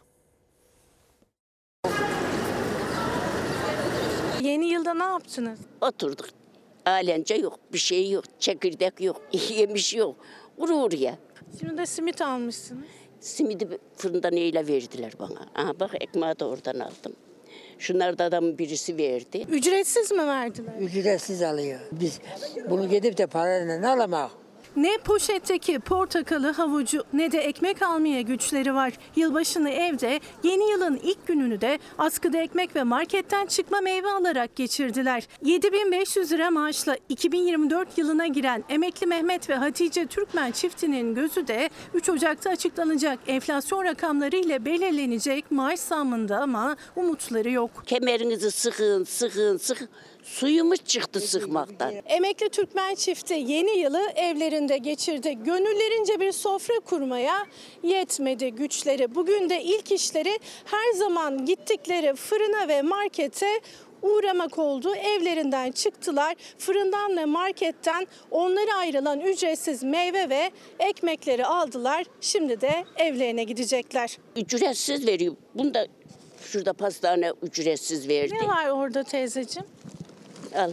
Yeni yılda ne yaptınız? Oturduk. Alence yok, bir şey yok, çekirdek yok, yemiş yok. Kuru ya. Şimdi de simit almışsınız. Simidi fırında neyle verdiler bana. Aha bak ekmeği de oradan aldım. Şunlar da adamın birisi verdi. Ücretsiz mi verdiler? Ücretsiz alıyor. Biz bunu gidip de parayla ne alamak? Ne poşetteki portakalı, havucu ne de ekmek almaya güçleri var. Yılbaşını evde, yeni yılın ilk gününü de askıda ekmek ve marketten çıkma meyve alarak geçirdiler. 7.500 lira maaşla 2024 yılına giren emekli Mehmet ve Hatice Türkmen çiftinin gözü de 3 Ocak'ta açıklanacak enflasyon rakamları ile belirlenecek maaş zammında ama umutları yok. Kemerinizi sıkın, sıkın, sıkın. Suyumuz çıktı sıkmaktan. Emekli Türkmen çifti yeni yılı evlerinde geçirdi. Gönüllerince bir sofra kurmaya yetmedi güçleri. Bugün de ilk işleri her zaman gittikleri fırına ve markete uğramak oldu. Evlerinden çıktılar. Fırından ve marketten onlara ayrılan ücretsiz meyve ve ekmekleri aldılar. Şimdi de evlerine gidecekler. Ücretsiz veriyor. Bunda şurada pastane ücretsiz verdi. Ne var orada teyzeciğim? Al.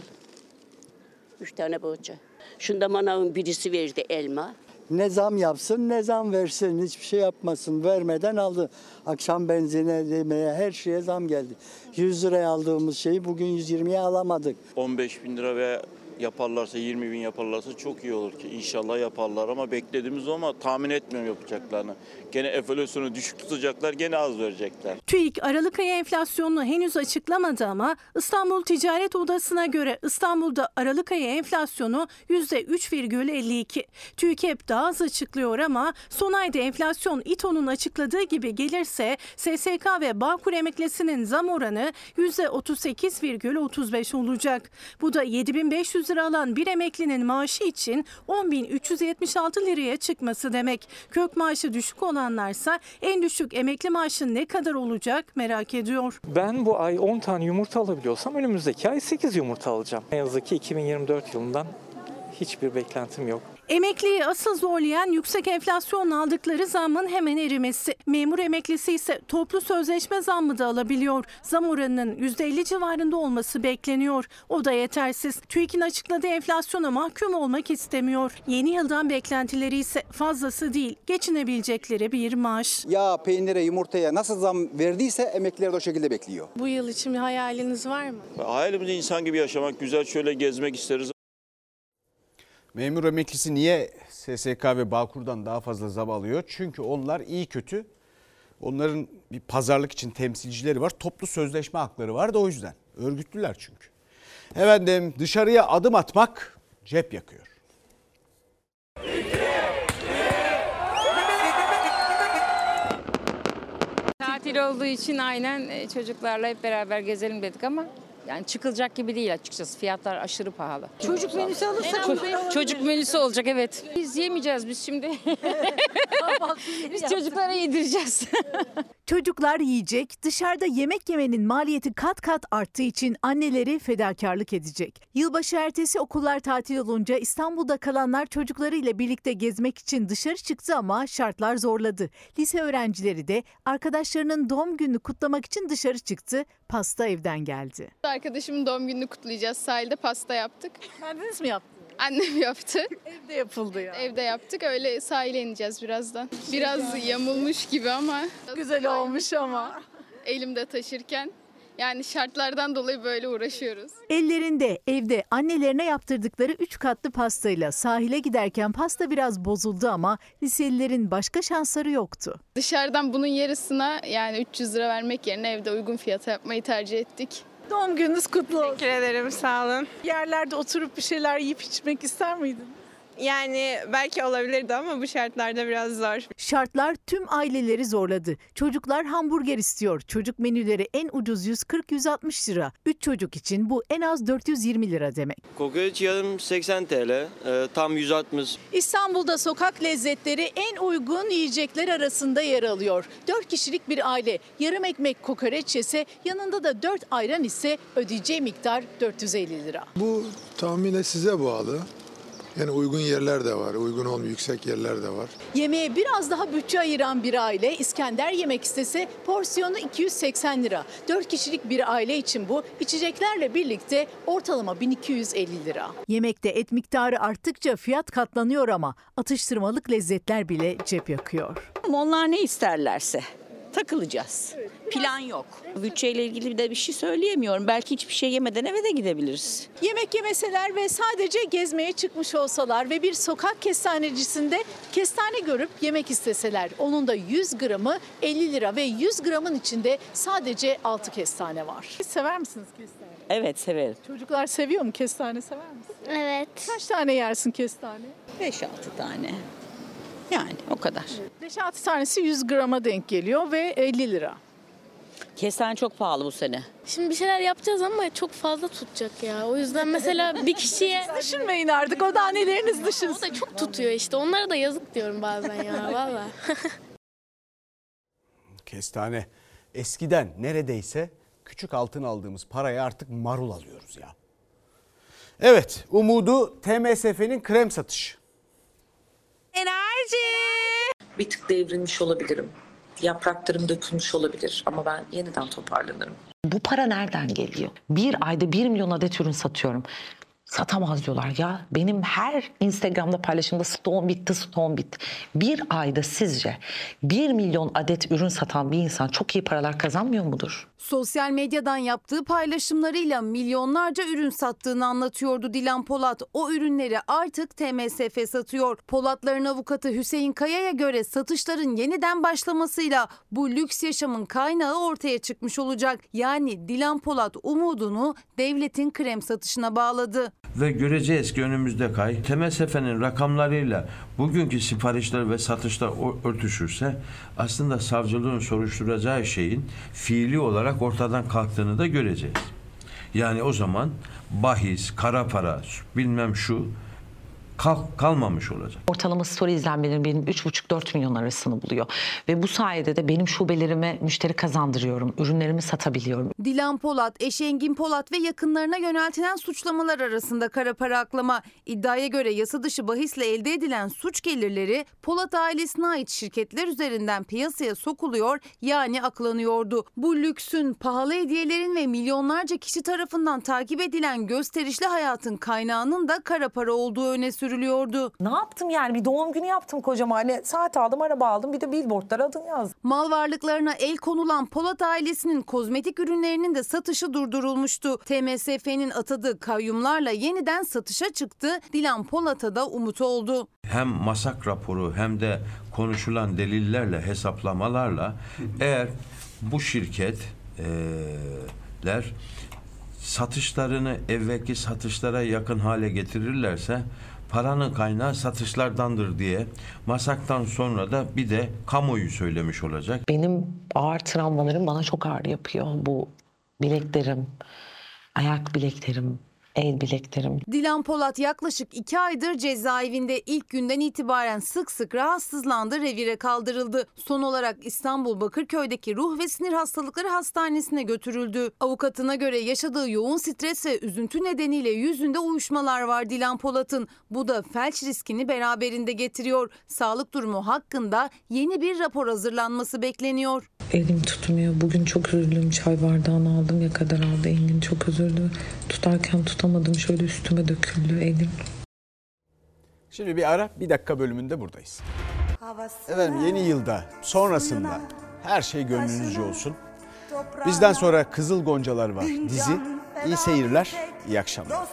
3 tane boğaça. Şunda manavın birisi verdi elma. Ne zam yapsın ne zam versin, hiçbir şey yapmasın, vermeden aldı. Akşam benzine, yemeğe, her şeye zam geldi. 100 liraya aldığımız şeyi bugün 120'ye alamadık. 15 bin lira ve yaparlarsa 20 bin yaparlarsa çok iyi olur ki inşallah yaparlar ama beklediğimiz ama tahmin etmiyorum yapacaklarını. Gene enflasyonu düşük tutacaklar, gene az verecekler. TÜİK Aralık ayı enflasyonunu henüz açıklamadı ama İstanbul Ticaret Odası'na göre İstanbul'da Aralık ayı enflasyonu %3,52. TÜİK hep daha az açıklıyor ama son ayda enflasyon İTO'nun açıkladığı gibi gelirse SSK ve Bağkur emeklisinin zam oranı %38,35 olacak. Bu da 7.500 lira alan bir emeklinin maaşı için 10.376 liraya çıkması demek. Kök maaşı düşük olanlarsa en düşük emekli maaşı ne kadar olacak merak ediyor. Ben bu ay 10 tane yumurta alabiliyorsam önümüzdeki ay 8 yumurta alacağım. Ne yazık ki 2024 yılından hiçbir beklentim yok. Emekliyi asıl zorlayan yüksek enflasyonla aldıkları zammın hemen erimesi. Memur emeklisi ise toplu sözleşme zammı da alabiliyor. Zam oranının %50 civarında olması bekleniyor. O da yetersiz. TÜİK'in açıkladığı enflasyona mahkum olmak istemiyor. Yeni yıldan beklentileri ise fazlası değil, geçinebilecekleri bir maaş. Yağ, peynire, yumurtaya nasıl zam verdiyse emekliler de o şekilde bekliyor. Bu yıl için bir hayaliniz var mı? Hayalimiz insan gibi yaşamak, güzel şöyle gezmek isteriz. Memur emeklisi niye SSK ve Bağkur'dan daha fazla zam alıyor? Çünkü onlar iyi kötü. Onların bir pazarlık için temsilcileri var. Toplu sözleşme hakları var da o yüzden. Örgütlüler çünkü. Efendim dışarıya adım atmak cep yakıyor. Tatil olduğu için aynen çocuklarla hep beraber gezelim dedik ama yani çıkılacak gibi değil açıkçası. Fiyatlar aşırı pahalı. Çocuk menüsü alırsak Çocuk menüsü olacak evet. Biz yemeyeceğiz biz şimdi. Biz çocuklara yedireceğiz. Çocuklar yiyecek, dışarıda yemek yemenin maliyeti kat kat arttığı için anneleri fedakarlık edecek. Yılbaşı ertesi okullar tatil olunca İstanbul'da kalanlar çocuklarıyla birlikte gezmek için dışarı çıktı ama şartlar zorladı. Lise öğrencileri de arkadaşlarının doğum gününü kutlamak için dışarı çıktı, pasta evden geldi. Arkadaşımın doğum gününü kutlayacağız. Sahilde pasta yaptık. Kendiniz mi yaptınız? Annem yaptı. Evde yapıldı ya. Evde yaptık. Öyle sahile ineceğiz birazdan. Biraz yamulmuş gibi ama. Güzel olmuş ama. Elimde taşırken. Yani şartlardan dolayı böyle uğraşıyoruz. Ellerinde evde annelerine yaptırdıkları 3 katlı pastayla sahile giderken pasta biraz bozuldu ama liselilerin başka şansları yoktu. Dışarıdan bunun yarısına yani 300 lira vermek yerine evde uygun fiyata yapmayı tercih ettik. Doğum gününüz kutlu olsun. Teşekkür ederim, sağ olun. Yerlerde oturup bir şeyler yiyip içmek ister miydin? Yani belki olabilirdi ama bu şartlarda biraz zor. Şartlar tüm aileleri zorladı. Çocuklar hamburger istiyor. Çocuk menüleri en ucuz 140-160 lira. 3 çocuk için bu en az 420 lira demek. Kokoreç yarım 80 TL, tam 160. İstanbul'da sokak lezzetleri en uygun yiyecekler arasında yer alıyor. 4 kişilik bir aile yarım ekmek kokoreç yese yanında da 4 ayran ise ödeyeceği miktar 450 lira. Bu tahminen size bağlı. Yani uygun yerler de var, uygun olmayan yüksek yerler de var. Yemeğe biraz daha bütçe ayıran bir aile İskender yemek istese porsiyonu 280 lira. 4 kişilik bir aile için bu içeceklerle birlikte ortalama 1250 lira. Yemekte et miktarı arttıkça fiyat katlanıyor ama atıştırmalık lezzetler bile cep yakıyor. Onlar ne isterlerse takılacağız. Plan yok. Bütçeyle ilgili de bir şey söyleyemiyorum. Belki hiçbir şey yemeden eve de gidebiliriz. Yemek yemeseler ve sadece gezmeye çıkmış olsalar ve bir sokak kestanecisinde kestane görüp yemek isteseler onun da 100 gramı 50 lira ve 100 gramın içinde sadece 6 kestane var. Sever misiniz kestane? Evet, severim. Çocuklar seviyor mu kestane, sever misin? Evet. Kaç tane yersin kestane? 5-6 tane. Yani o kadar. 5-6 tanesi 100 grama denk geliyor ve 50 lira. Kestane çok pahalı bu sene. Şimdi bir şeyler yapacağız ama çok fazla tutacak ya. O yüzden mesela bir kişiye... Düşünmeyin artık, o da anneleriniz düşünsün. O da çok tutuyor işte. Onlara da yazık diyorum bazen ya valla. Kestane. Eskiden neredeyse küçük altın aldığımız paraya artık marul alıyoruz ya. Evet, umudu TMSF'nin krem satışı. Enerji. Bir tık devrilmiş olabilirim. Yapraklarım dökülmüş olabilir ama ben yeniden toparlanırım. Bu para nereden geliyor? Bir ayda 1 milyon adet ürün satıyorum. Satamaz diyorlar ya. Benim her Instagram'da paylaşımda stoğum bitti. Bir ayda sizce 1 milyon adet ürün satan bir insan çok iyi paralar kazanmıyor mudur? Sosyal medyadan yaptığı paylaşımlarıyla milyonlarca ürün sattığını anlatıyordu Dilan Polat. O ürünleri artık TMSF satıyor. Polatların avukatı Hüseyin Kaya'ya göre satışların yeniden başlamasıyla bu lüks yaşamın kaynağı ortaya çıkmış olacak. Yani Dilan Polat umudunu devletin krem satışına bağladı. Ve göreceğiz ki önümüzdeki ay TMSF'nin rakamlarıyla bugünkü siparişler ve satışlar örtüşürse aslında savcılığın soruşturacağı şeyin fiili olarak ortadan kalktığını da göreceğiz. Yani o zaman bahis, kara para, bilmem şu kalmamış olacak. Ortalama story izlenmeleri benim 3,5-4 milyon arasını buluyor. Ve bu sayede de benim şubelerime müşteri kazandırıyorum. Ürünlerimi satabiliyorum. Dilan Polat, eşi Engin Polat ve yakınlarına yöneltilen suçlamalar arasında kara para aklama. İddiaya göre yasa dışı bahisle elde edilen suç gelirleri Polat ailesine ait şirketler üzerinden piyasaya sokuluyor, yani aklanıyordu. Bu lüksün, pahalı hediyelerin ve milyonlarca kişi tarafından takip edilen gösterişli hayatın kaynağının da kara para olduğu öne sürülüyordu. Ne yaptım yani? Bir doğum günü yaptım kocama. Hani saat aldım, araba aldım, bir de billboardlara adını yazdım. Mal varlıklarına el konulan Polat ailesinin kozmetik ürünlerinin de satışı durdurulmuştu. TMSF'nin atadığı kayyumlarla yeniden satışa çıktı. Dilan Polat'a da umut oldu. Hem masak raporu hem de konuşulan delillerle, hesaplamalarla eğer bu şirketler satışlarını evvelki satışlara yakın hale getirirlerse paranın kaynağı satışlardandır diye masaktan sonra da bir de kamuoyu söylemiş olacak. Benim ağır travmalarım bana çok ağır yapıyor. Bu bileklerim, ayak bileklerim, el bileklerim. Dilan Polat yaklaşık 2 aydır cezaevinde. İlk günden itibaren sık sık rahatsızlandı, revire kaldırıldı. Son olarak İstanbul Bakırköy'deki Ruh ve Sinir Hastalıkları Hastanesi'ne götürüldü. Avukatına göre yaşadığı yoğun stres ve üzüntü nedeniyle yüzünde uyuşmalar var Dilan Polat'ın. Bu da felç riskini beraberinde getiriyor. Sağlık durumu hakkında yeni bir rapor hazırlanması bekleniyor. Elim tutmuyor. Bugün çok üzüldüm. Çay bardağını aldım, ya kadar aldı Engin. Çok üzüldü. Tutarken tutamadım. Şöyle üstüme döküldü elim. Şimdi bir ara, bir dakika bölümünde buradayız. Efendim, yeni yılda sonrasında her şey gönlünüzce olsun. Bizden sonra Kızıl Goncalar var dizi. İyi seyirler, iyi akşamlar.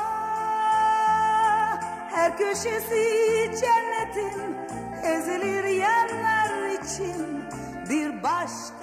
Her köşesi cennetin ezilir yerler için bir başka